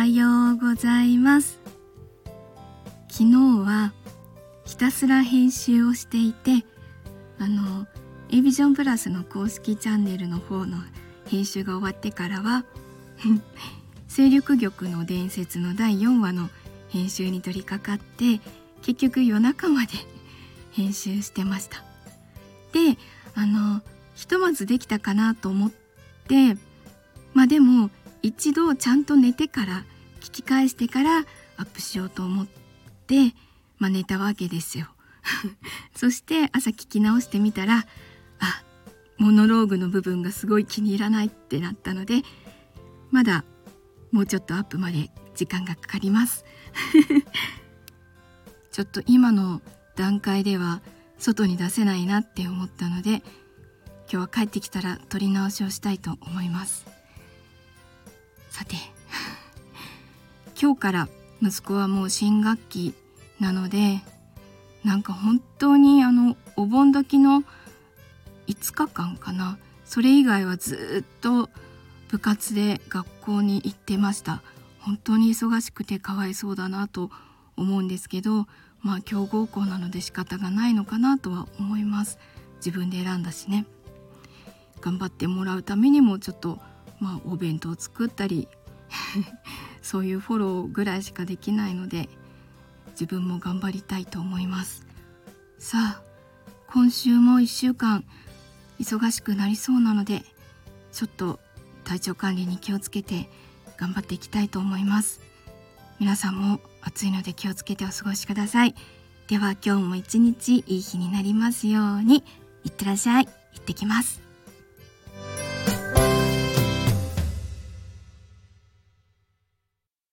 ようございます。昨日はひたすら編集をしていて、A ビジョンプラスの公式チャンネルの方の編集が終わってからは勢力玉の伝説の第4話の編集に取り掛かって、結局夜中まで編集してました。で、ひとまずできたかなと思って、でも一度ちゃんと寝てから聞き返してからアップしようと思って、寝たわけですよそして朝聞き直してみたら、モノローグの部分がすごい気に入らないってなったので、まだもうちょっとアップまで時間がかかりますちょっと今の段階では外に出せないなって思ったので、今日は帰ってきたら撮り直しをしたいと思います。さて今日から息子はもう新学期なので、本当にお盆時の5日間かな、それ以外はずっと部活で学校に行ってました。本当に忙しくてかわいそうだなと思うんですけど、強豪校なので仕方がないのかなとは思います。自分で選んだしね。頑張ってもらうためにもちょっとお弁当を作ったりそういうフォローぐらいしかできないので、自分も頑張りたいと思います。さあ、今週も1週間忙しくなりそうなので、ちょっと体調管理に気をつけて頑張っていきたいと思います。皆さんも暑いので気をつけてお過ごしください。では今日も一日いい日になりますように。いってらっしゃい。行ってきます。